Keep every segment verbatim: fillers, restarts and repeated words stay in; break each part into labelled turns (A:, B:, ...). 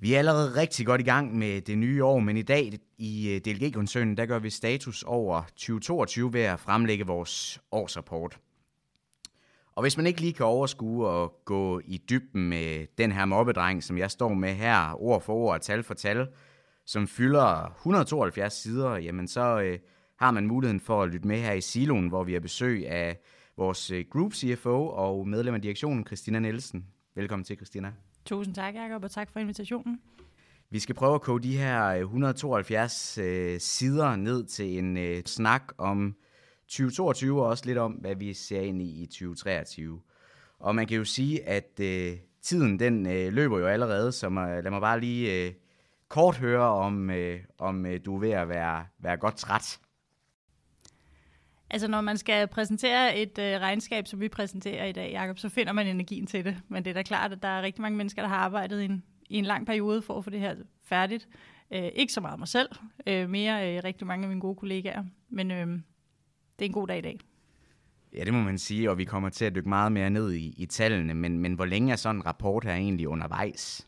A: Vi er allerede rigtig godt i gang med det nye år, men i dag i D L G-koncernen, der gør vi status over tyve toogtyve ved at fremlægge vores årsrapport. Og hvis man ikke lige kan overskue og gå i dybden med den her mobbedreng, som jeg står med her, ord for ord og tal for tal, som fylder et hundrede og tooghalvfjerds sider, jamen så øh, har man muligheden for at lytte med her i Siloen, hvor vi har besøg af vores Group C F O og medlem af direktionen, Christina Nielsen. Velkommen til, Christina.
B: Tusind tak, Jacob, og tak for invitationen.
A: Vi skal prøve at koge de her et hundrede og tooghalvfjerds øh, sider ned til en øh, snak om tyve toogtyve, og også lidt om, hvad vi ser ind i i tyve treogtyve. Og man kan jo sige, at øh, tiden den øh, løber jo allerede, så man, lad mig bare lige øh, kort høre, om, øh, om øh, du er ved at være, være godt træt.
B: Altså når man skal præsentere et øh, regnskab, som vi præsenterer i dag, Jacob, så finder man energien til det. Men det er da klart, at der er rigtig mange mennesker, der har arbejdet i en, i en lang periode for at få det her færdigt. Øh, ikke så meget mig selv, øh, mere øh, rigtig mange af mine gode kollegaer. Men øh, det er en god dag i dag.
A: Ja, det må man sige, og vi kommer til at dykke meget mere ned i, i tallene. Men, men hvor længe er sådan en rapport her egentlig undervejs?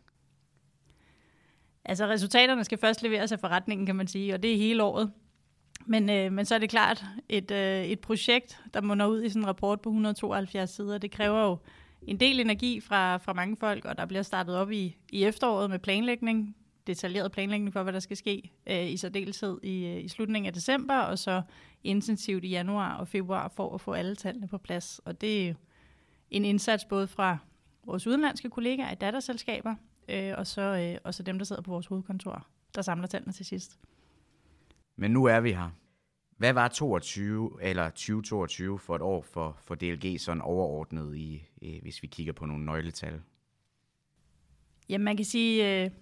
B: Altså resultaterne skal først leveres af forretningen, kan man sige, og det er hele året. Men, øh, men så er det klart, et, øh, et projekt, der munder ud i sådan en rapport på et hundrede og tooghalvfjerds sider, det kræver jo en del energi fra, fra mange folk, og der bliver startet op i, i efteråret med planlægning, detaljeret planlægning for, hvad der skal ske øh, i særdeleshed i, i slutningen af december, og så intensivt i januar og februar for at få alle tallene på plads. Og det er en indsats både fra vores udenlandske kollegaer i datterselskaber, øh, og, så, øh, og så dem, der sidder på vores hovedkontor, der samler tallene til sidst.
A: Men nu er vi her. Hvad var toogtyve eller tyve toogtyve for et år for, for D L G sådan overordnet, i, i, hvis vi kigger på nogle nøgletal?
B: Jamen man kan sige, at øh,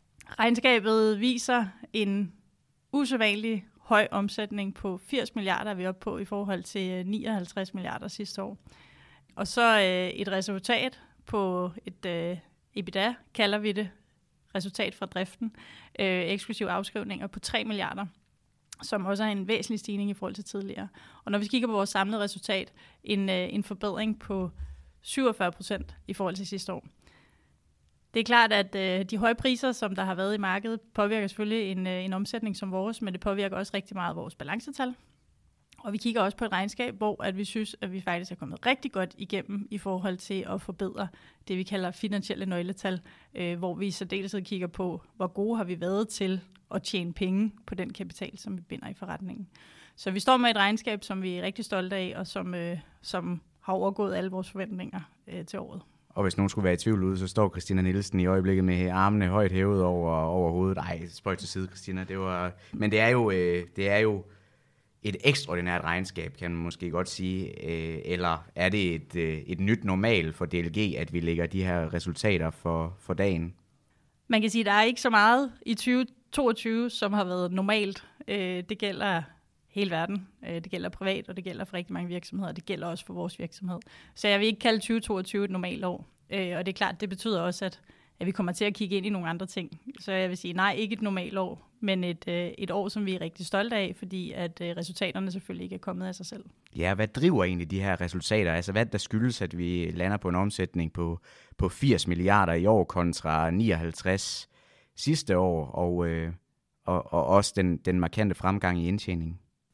B: regnskabet viser en usædvanlig høj omsætning på firs milliarder, vi er oppe på i forhold til nioghalvtreds milliarder sidste år. Og så øh, et resultat på et øh, EBITDA, kalder vi det, resultat fra driften, øh, eksklusiv afskrivninger på tre milliarder. Som også er en væsentlig stigning i forhold til tidligere. Og når vi kigger på vores samlede resultat, en, øh, en forbedring på syvogfyrre procent i forhold til sidste år. Det er klart, at øh, de høje priser, som der har været i markedet, påvirker selvfølgelig en, øh, en omsætning som vores, men det påvirker også rigtig meget vores balancetal. Og vi kigger også på et regnskab, hvor at vi synes, at vi faktisk er kommet rigtig godt igennem i forhold til at forbedre det, vi kalder finansielle nøgletal, øh, hvor vi i særdeleshed kigger på, hvor gode har vi været til at tjene penge på den kapital, som vi binder i forretningen. Så vi står med et regnskab, som vi er rigtig stolte af, og som, øh, som har overgået alle vores forventninger øh, til året.
A: Og hvis nogen skulle være i tvivl ude, så står Christina Nielsen i øjeblikket med armene højt hævet over, over hovedet. Ej, spøj til side, Christina. Det var... Men det er jo... Øh, det er jo et ekstraordinært regnskab, kan man måske godt sige, øh, eller er det et, øh, et nyt normal for D L G, at vi lægger de her resultater for, for dagen?
B: Man kan sige, at der er ikke så meget i tyve toogtyve, som har været normalt. Øh, det gælder hele verden. Øh, det gælder privat, og det gælder for rigtig mange virksomheder, og det gælder også for vores virksomhed. Så jeg vil ikke kalde tyve toogtyve et normalt år. Øh, og det er klart, det betyder også, at at vi kommer til at kigge ind i nogle andre ting. Så jeg vil sige, nej, ikke et normalt år, men et, øh, et år, som vi er rigtig stolte af, fordi at øh, resultaterne selvfølgelig ikke er kommet af sig selv.
A: Ja, hvad driver egentlig de her resultater? Altså hvad der skyldes, at vi lander på en omsætning på, på firs milliarder i år kontra nioghalvtreds sidste år, og, øh, og, og også den, den markante fremgang i indtjeningen?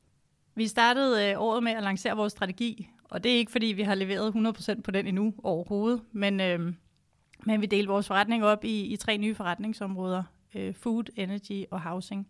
B: Vi startede øh, året med at lancere vores strategi, og det er ikke, fordi vi har leveret hundrede procent på den endnu overhovedet, men... Øh, Men vi deler vores forretning op i, i tre nye forretningsområder, øh, food, energy og housing.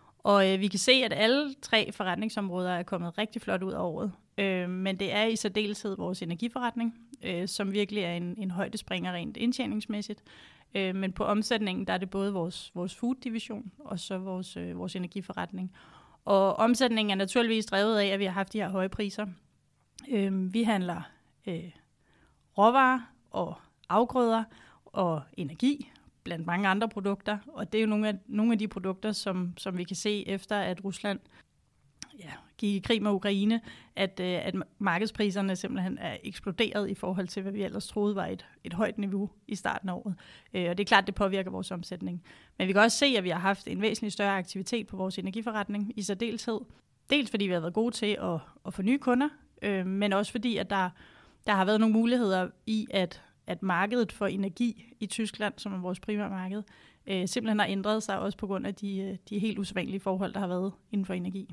B: Og øh, vi kan se, at alle tre forretningsområder er kommet rigtig flot ud af året. Øh, men det er i særdeleshed vores energiforretning, øh, som virkelig er en, en højdespringer rent indtjeningsmæssigt. Øh, men på omsætningen, der er det både vores, vores food-division og så vores, øh, vores energiforretning. Og omsætningen er naturligvis drevet af, at vi har haft de her høje priser. Øh, vi handler øh, råvarer og afgrøder og energi, blandt mange andre produkter. Og det er jo nogle af, nogle af de produkter, som, som vi kan se efter, at Rusland ja, gik i krig med Ukraine, at, øh, at markedspriserne simpelthen er eksploderet i forhold til, hvad vi ellers troede var et, et højt niveau i starten af året. Øh, og det er klart, det påvirker vores omsætning. Men vi kan også se, at vi har haft en væsentlig større aktivitet på vores energiforretning i særdeleshed. Dels fordi vi har været gode til at, at få nye kunder, øh, men også fordi, at der, der har været nogle muligheder i, at at markedet for energi i Tyskland, som er vores primære marked, øh, simpelthen har ændret sig, også på grund af de, de helt usædvanlige forhold, der har været inden for energi.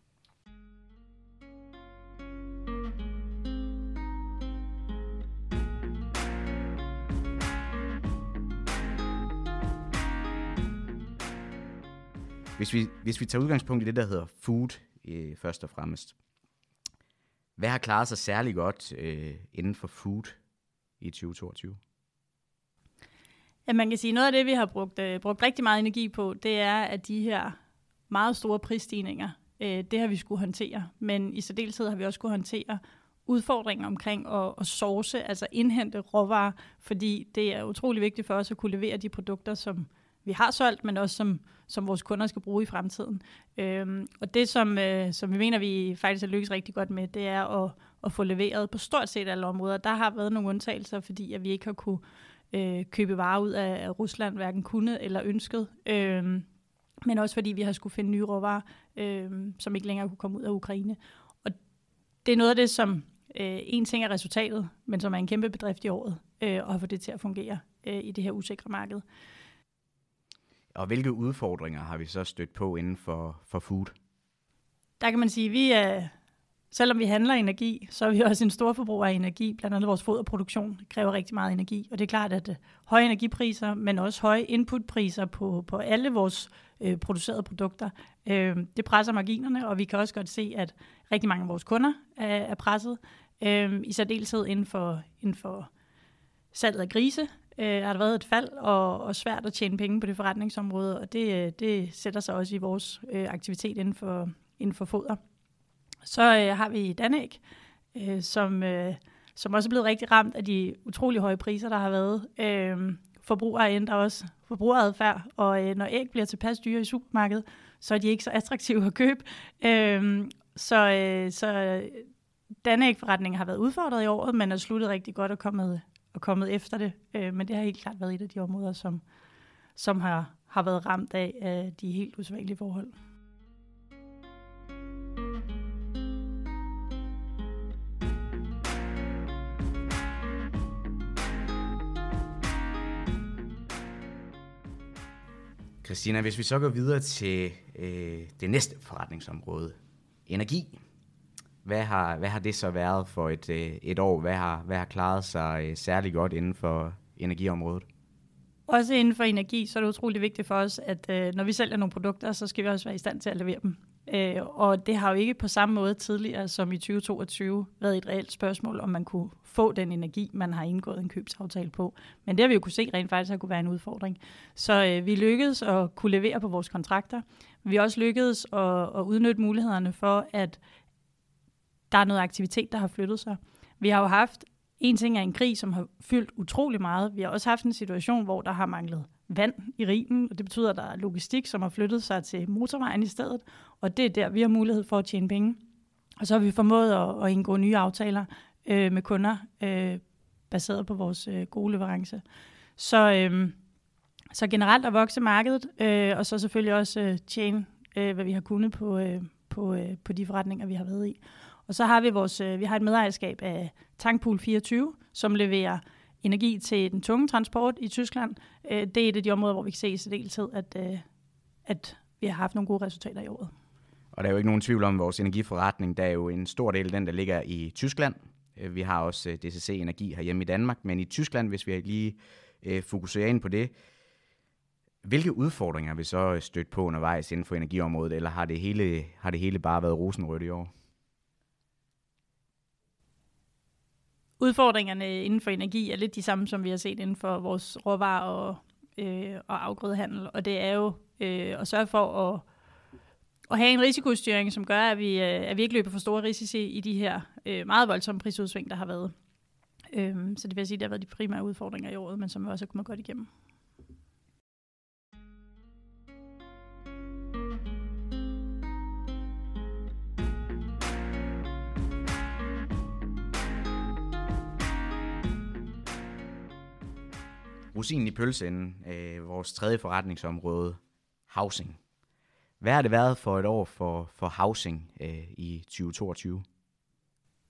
A: Hvis vi, hvis vi tager udgangspunkt i det, der hedder food, øh, først og fremmest. Hvad har klaret sig særlig godt øh, inden for food i tyve toogtyve?
B: Ja, man kan sige, noget af det, vi har brugt, øh, brugt rigtig meget energi på, det er, at de her meget store prisstigninger, øh, det har vi skulle håndtere. Men i særdeleshed har vi også skulle håndtere udfordringer omkring at, at source, altså indhente råvarer, fordi det er utrolig vigtigt for os at kunne levere de produkter, som vi har solgt, men også som, som vores kunder skal bruge i fremtiden. Øhm, og det, som, øh, som vi mener, vi faktisk har lykkes rigtig godt med, det er at, at få leveret på stort set alle områder. Der har været nogle undtagelser, fordi at vi ikke har kunne øh, købe varer ud af, af Rusland, hverken kunne eller ønsket. Øhm, men også fordi vi har skulle finde nye råvarer, øh, som ikke længere kunne komme ud af Ukraine. Og det er noget af det, som øh, en ting er resultatet, men som er en kæmpe bedrift i året, øh, og har fået det til at fungere øh, i det her usikre marked.
A: Og hvilke udfordringer har vi så stødt på inden for, for food?
B: Der kan man sige, at vi er, selvom vi handler energi, så er vi også en stor forbruger af energi. Blandt andet vores foderproduktion kræver rigtig meget energi. Og det er klart, at høje energipriser, men også høje inputpriser på, på alle vores øh, producerede produkter, øh, det presser marginerne, og vi kan også godt se, at rigtig mange af vores kunder er, er presset. Øh, I særdeleshed inden for, inden for salget af grise, Øh, har der været et fald, og, og svært at tjene penge på det forretningsområde, og det, det sætter sig også i vores øh, aktivitet inden for, inden for foder. Så øh, har vi Danæg, øh, som, øh, som også er blevet rigtig ramt af de utrolig høje priser, der har været. Øh, forbrugere ændrer også forbrugeradfærd, og øh, når æg bliver tilpas dyre i supermarkedet, så er de ikke så attraktive at købe. Øh, så øh, så Danæg-forretningen har været udfordret i året, men er sluttet rigtig godt og kommet og kommet efter det, øh, men det har helt klart været et af de områder, som, som har, har været ramt af, af de helt usædvanlige forhold.
A: Christina, hvis vi så går videre til øh, det næste forretningsområde, energi. Hvad har, hvad har det så været for et, et år? Hvad har, hvad har klaret sig særlig godt inden for energiområdet?
B: Også inden for energi, så er det utrolig vigtigt for os, at øh, når vi sælger nogle produkter, så skal vi også være i stand til at levere dem. Øh, og det har jo ikke på samme måde tidligere som i tyve toogtyve været et reelt spørgsmål, om man kunne få den energi, man har indgået en købsaftale på. Men det har vi jo kunne se rent faktisk har kunne være en udfordring. Så øh, vi lykkedes at kunne levere på vores kontrakter. Vi har også lykkedes at, at udnytte mulighederne for, at der er noget aktivitet, der har flyttet sig. Vi har jo haft en ting af en krig, som har fyldt utrolig meget. Vi har også haft en situation, hvor der har manglet vand i Rhinen, og det betyder, at der er logistik, som har flyttet sig til motorvejen i stedet, og det er der, vi har mulighed for at tjene penge. Og så har vi formået at, at indgå nye aftaler øh, med kunder, øh, baseret på vores øh, gode leverance. Så, øh, så generelt at vokse markedet, øh, og så selvfølgelig også øh, tjene, øh, hvad vi har kunnet på, øh, på, øh, på de forretninger, vi har været i. Og så har vi vores, vi har et medejerskab af Tankpool fireogtyve, som leverer energi til den tunge transport i Tyskland. Det er et af de områder, hvor vi kan se i særdeleshed, at, at vi har haft nogle gode resultater i året.
A: Og der er jo ikke nogen tvivl om vores energiforretning. Der er jo en stor del af den, der ligger i Tyskland. Vi har også D C C Energi herhjemme i Danmark, men i Tyskland, hvis vi lige fokuserer ind på det, hvilke udfordringer har vi så stødt på undervejs inden for energiområdet, eller har det hele, har det hele bare været rosenrødt i år?
B: Udfordringerne inden for energi er lidt de samme, som vi har set inden for vores råvarer og, øh, og afgrødehandel. Og det er jo øh, at sørge for at, at have en risikostyring, som gør, at vi, øh, at vi ikke løber for store risici i de her øh, meget voldsomme prisudsving, der har været. Øh, så det vil sige, at det har været de primære udfordringer i året, men som vi også har kommet godt igennem.
A: Rosinen i pølseenden, øh, vores tredje forretningsområde, housing. Hvad har det været for et år for, for housing øh, i tyve toogtyve?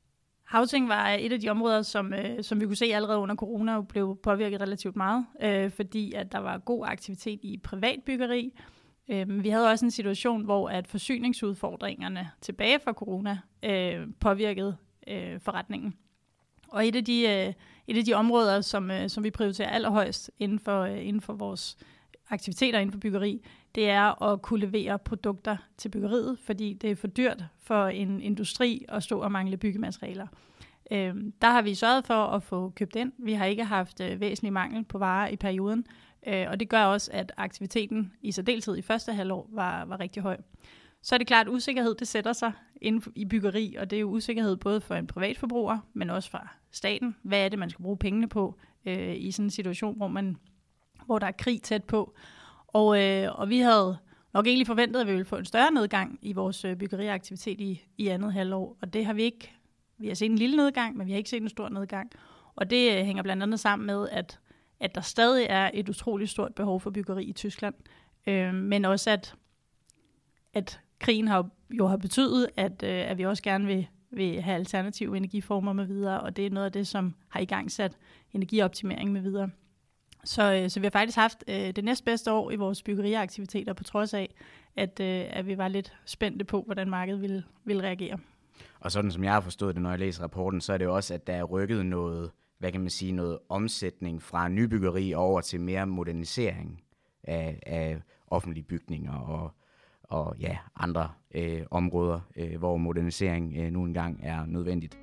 B: Housing var et af de områder, som, øh, som vi kunne se allerede under corona blev påvirket relativt meget, øh, fordi at der var god aktivitet i privat byggeri. Øh, vi havde også en situation, hvor at forsyningsudfordringerne tilbage fra corona øh, påvirkede øh, forretningen. Og et af de, øh, et af de områder, som, øh, som vi prioriterer allerhøjst inden for, øh, inden for vores aktiviteter inden for byggeri, det er at kunne levere produkter til byggeriet, fordi det er for dyrt for en industri at stå og mangle byggematerialer. Øh, der har vi sørget for at få købt ind. Vi har ikke haft øh, væsentlig mangel på varer i perioden, øh, og det gør også, at aktiviteten i særdeleshed i første halvår var, var rigtig høj. Så er det klart, at usikkerhed det sætter sig inden for, i byggeri, og det er jo usikkerhed både for en privatforbruger, men også fra staten. Hvad er det, man skal bruge pengene på øh, i sådan en situation, hvor, man, hvor der er krig tæt på? Og, øh, og vi havde nok egentlig forventet, at vi ville få en større nedgang i vores øh, byggeriaktivitet i, i andet halvår, og det har vi ikke. Vi har set en lille nedgang, men vi har ikke set en stor nedgang. Og det øh, hænger blandt andet sammen med, at, at der stadig er et utroligt stort behov for byggeri i Tyskland, øh, men også at, at krigen har jo har betydet, at, øh, at vi også gerne vil, vil have alternative energiformer med videre, og det er noget af det, som har igangsat energioptimering med videre. Så, øh, så vi har faktisk haft øh, det næstbedste år i vores byggeriaktiviteter, på trods af, at, øh, at vi var lidt spændte på, hvordan markedet ville, ville reagere.
A: Og sådan som jeg har forstået det, når jeg læser rapporten, så er det jo også, at der er rykket noget, hvad kan man sige, noget omsætning fra nybyggeri over til mere modernisering af, af offentlige bygninger og og ja, andre øh, områder, øh, hvor modernisering øh, nu engang er nødvendigt.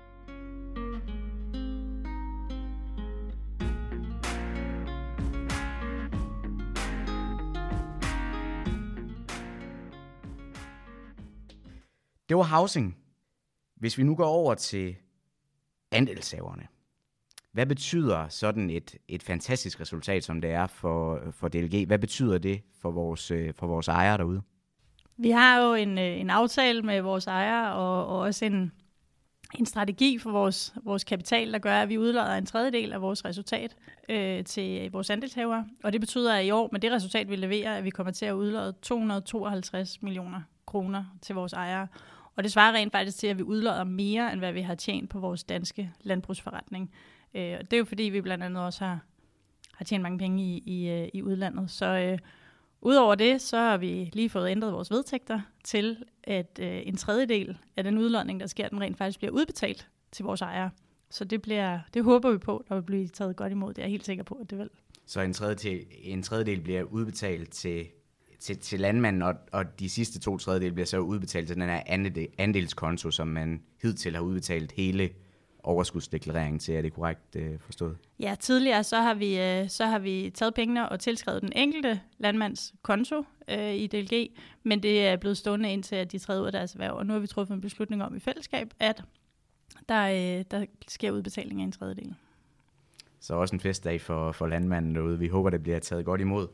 A: Det var housing. Hvis vi nu går over til andelshaverne, hvad betyder sådan et, et fantastisk resultat, som det er for, for D L G? Hvad betyder det for vores, for vores ejere derude?
B: Vi har jo en, en aftale med vores ejere, og, og også en, en strategi for vores, vores kapital, der gør, at vi udlodder en tredjedel af vores resultat øh, til vores andelshavere. Og det betyder, at i år, med det resultat, vi leverer, at vi kommer til at udlodde to hundrede og tooghalvtreds millioner kroner til vores ejere. Og det svarer rent faktisk til, at vi udlodder mere, end hvad vi har tjent på vores danske landbrugsforretning. Øh, og det er jo fordi, vi blandt andet også har, har tjent mange penge i, i, i udlandet. Så øh, udover det, så har vi lige fået ændret vores vedtægter til, at øh, en tredjedel af den udlodning, der sker, den rent faktisk bliver udbetalt til vores ejere. Så det, bliver, det håber vi på, der vil blive taget godt imod. Det er jeg helt sikker på, at det vil.
A: Så en tredjedel, en tredjedel bliver udbetalt til, til, til landmanden, og, og de sidste to tredjedel bliver så udbetalt til den her andelskonto, som man hidtil har udbetalt hele overskudsdeklareringen til. Er det korrekt øh, forstået?
B: Ja, tidligere så har vi øh, så har vi taget pengene og tilskrevet den enkelte landmands konto øh, i D L G, men det er blevet stående indtil, at de træder ud af deres erhverv, og nu har vi truffet en beslutning om i fællesskab, at der, øh, der sker udbetaling af en tredjedel.
A: Så også en festdag for, for landmanden derude. Vi håber, det bliver taget godt imod.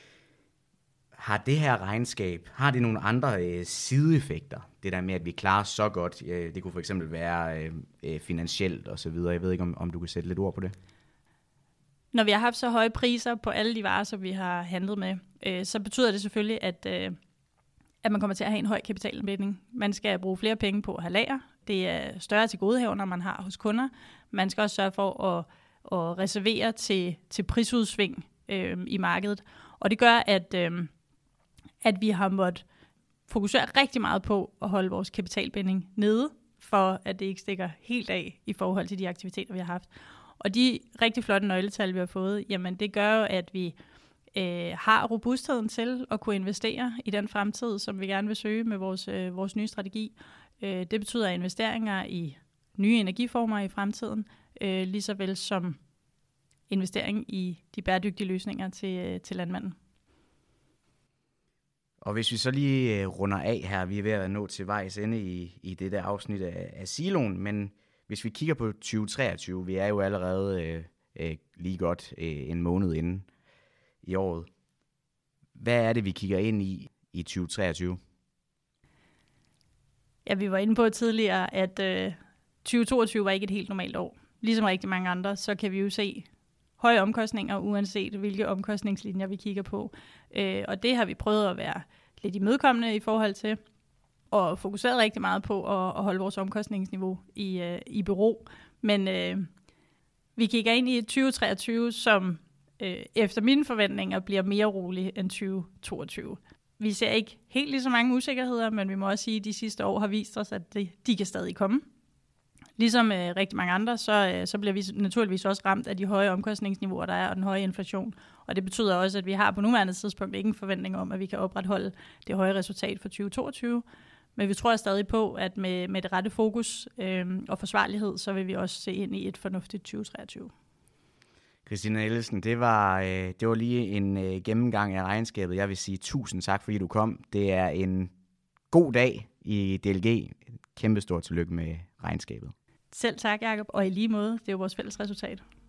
A: Har det her regnskab, har det nogle andre øh, sideeffekter? Det der med, at vi klarer så godt, øh, det kunne for eksempel være øh, finansielt og så videre. Jeg ved ikke, om, om du kan sætte lidt ord på det?
B: Når vi har haft så høje priser på alle de varer, som vi har handlet med, øh, så betyder det selvfølgelig, at, øh, at man kommer til at have en høj kapitalindbinding. Man skal bruge flere penge på at have lager. Det er større tilgodehavender, man har hos kunder. Man skal også sørge for at, at reservere til, til prisudsving øh, i markedet. Og det gør, at, øh, at vi har måttet fokusere rigtig meget på at holde vores kapitalbinding nede, for at det ikke stikker helt af i forhold til de aktiviteter, vi har haft. Og de rigtig flotte nøgletal, vi har fået, jamen det gør jo, at vi øh, har robustheden til at kunne investere i den fremtid, som vi gerne vil søge med vores, øh, vores nye strategi. Øh, det betyder investeringer i nye energiformer i fremtiden, øh, lige så vel som investering i de bæredygtige løsninger til, øh, til landmanden.
A: Og hvis vi så lige øh, runder af her, vi er ved at nå til vejs ende i, i det der afsnit af, af siloen, men hvis vi kigger på tyve treogtyve, vi er jo allerede øh, øh, lige godt øh, en måned inden i året. Hvad er det, vi kigger ind i i tyve treogtyve?
B: Ja, vi var inde på tidligere, at øh, tyve toogtyve var ikke et helt normalt år. Ligesom rigtig mange andre, så kan vi jo se høje omkostninger, uanset hvilke omkostningslinjer vi kigger på. Øh, og det har vi prøvet at være lidt imødekommende i forhold til. og fokuseret rigtig meget på at, at holde vores omkostningsniveau i, øh, i bero. Men øh, vi kigger ind i tyve treogtyve, som øh, efter mine forventninger bliver mere rolig end tyve toogtyve. Vi ser ikke helt lige så mange usikkerheder, men vi må også sige, at de sidste år har vist os, at det, de kan stadig komme. Ligesom øh, rigtig mange andre, så, øh, så bliver vi naturligvis også ramt af de høje omkostningsniveauer, der er, og den høje inflation. Og det betyder også, at vi har på nuværende tidspunkt ikke en forventning om, at vi kan opretholde det høje resultat for tyve toogtyve. Men vi tror stadig på, at med, med det rette fokus øh, og forsvarlighed, så vil vi også se ind i et fornuftigt tyve treogtyve.
A: Christina Ellesen, det var, øh, det var lige en øh, gennemgang af regnskabet. Jeg vil sige tusind tak, fordi du kom. Det er en god dag i D L G. Kæmpe stort tillykke med regnskabet.
B: Selv tak, Jacob, og i lige måde, det er jo vores fælles resultat.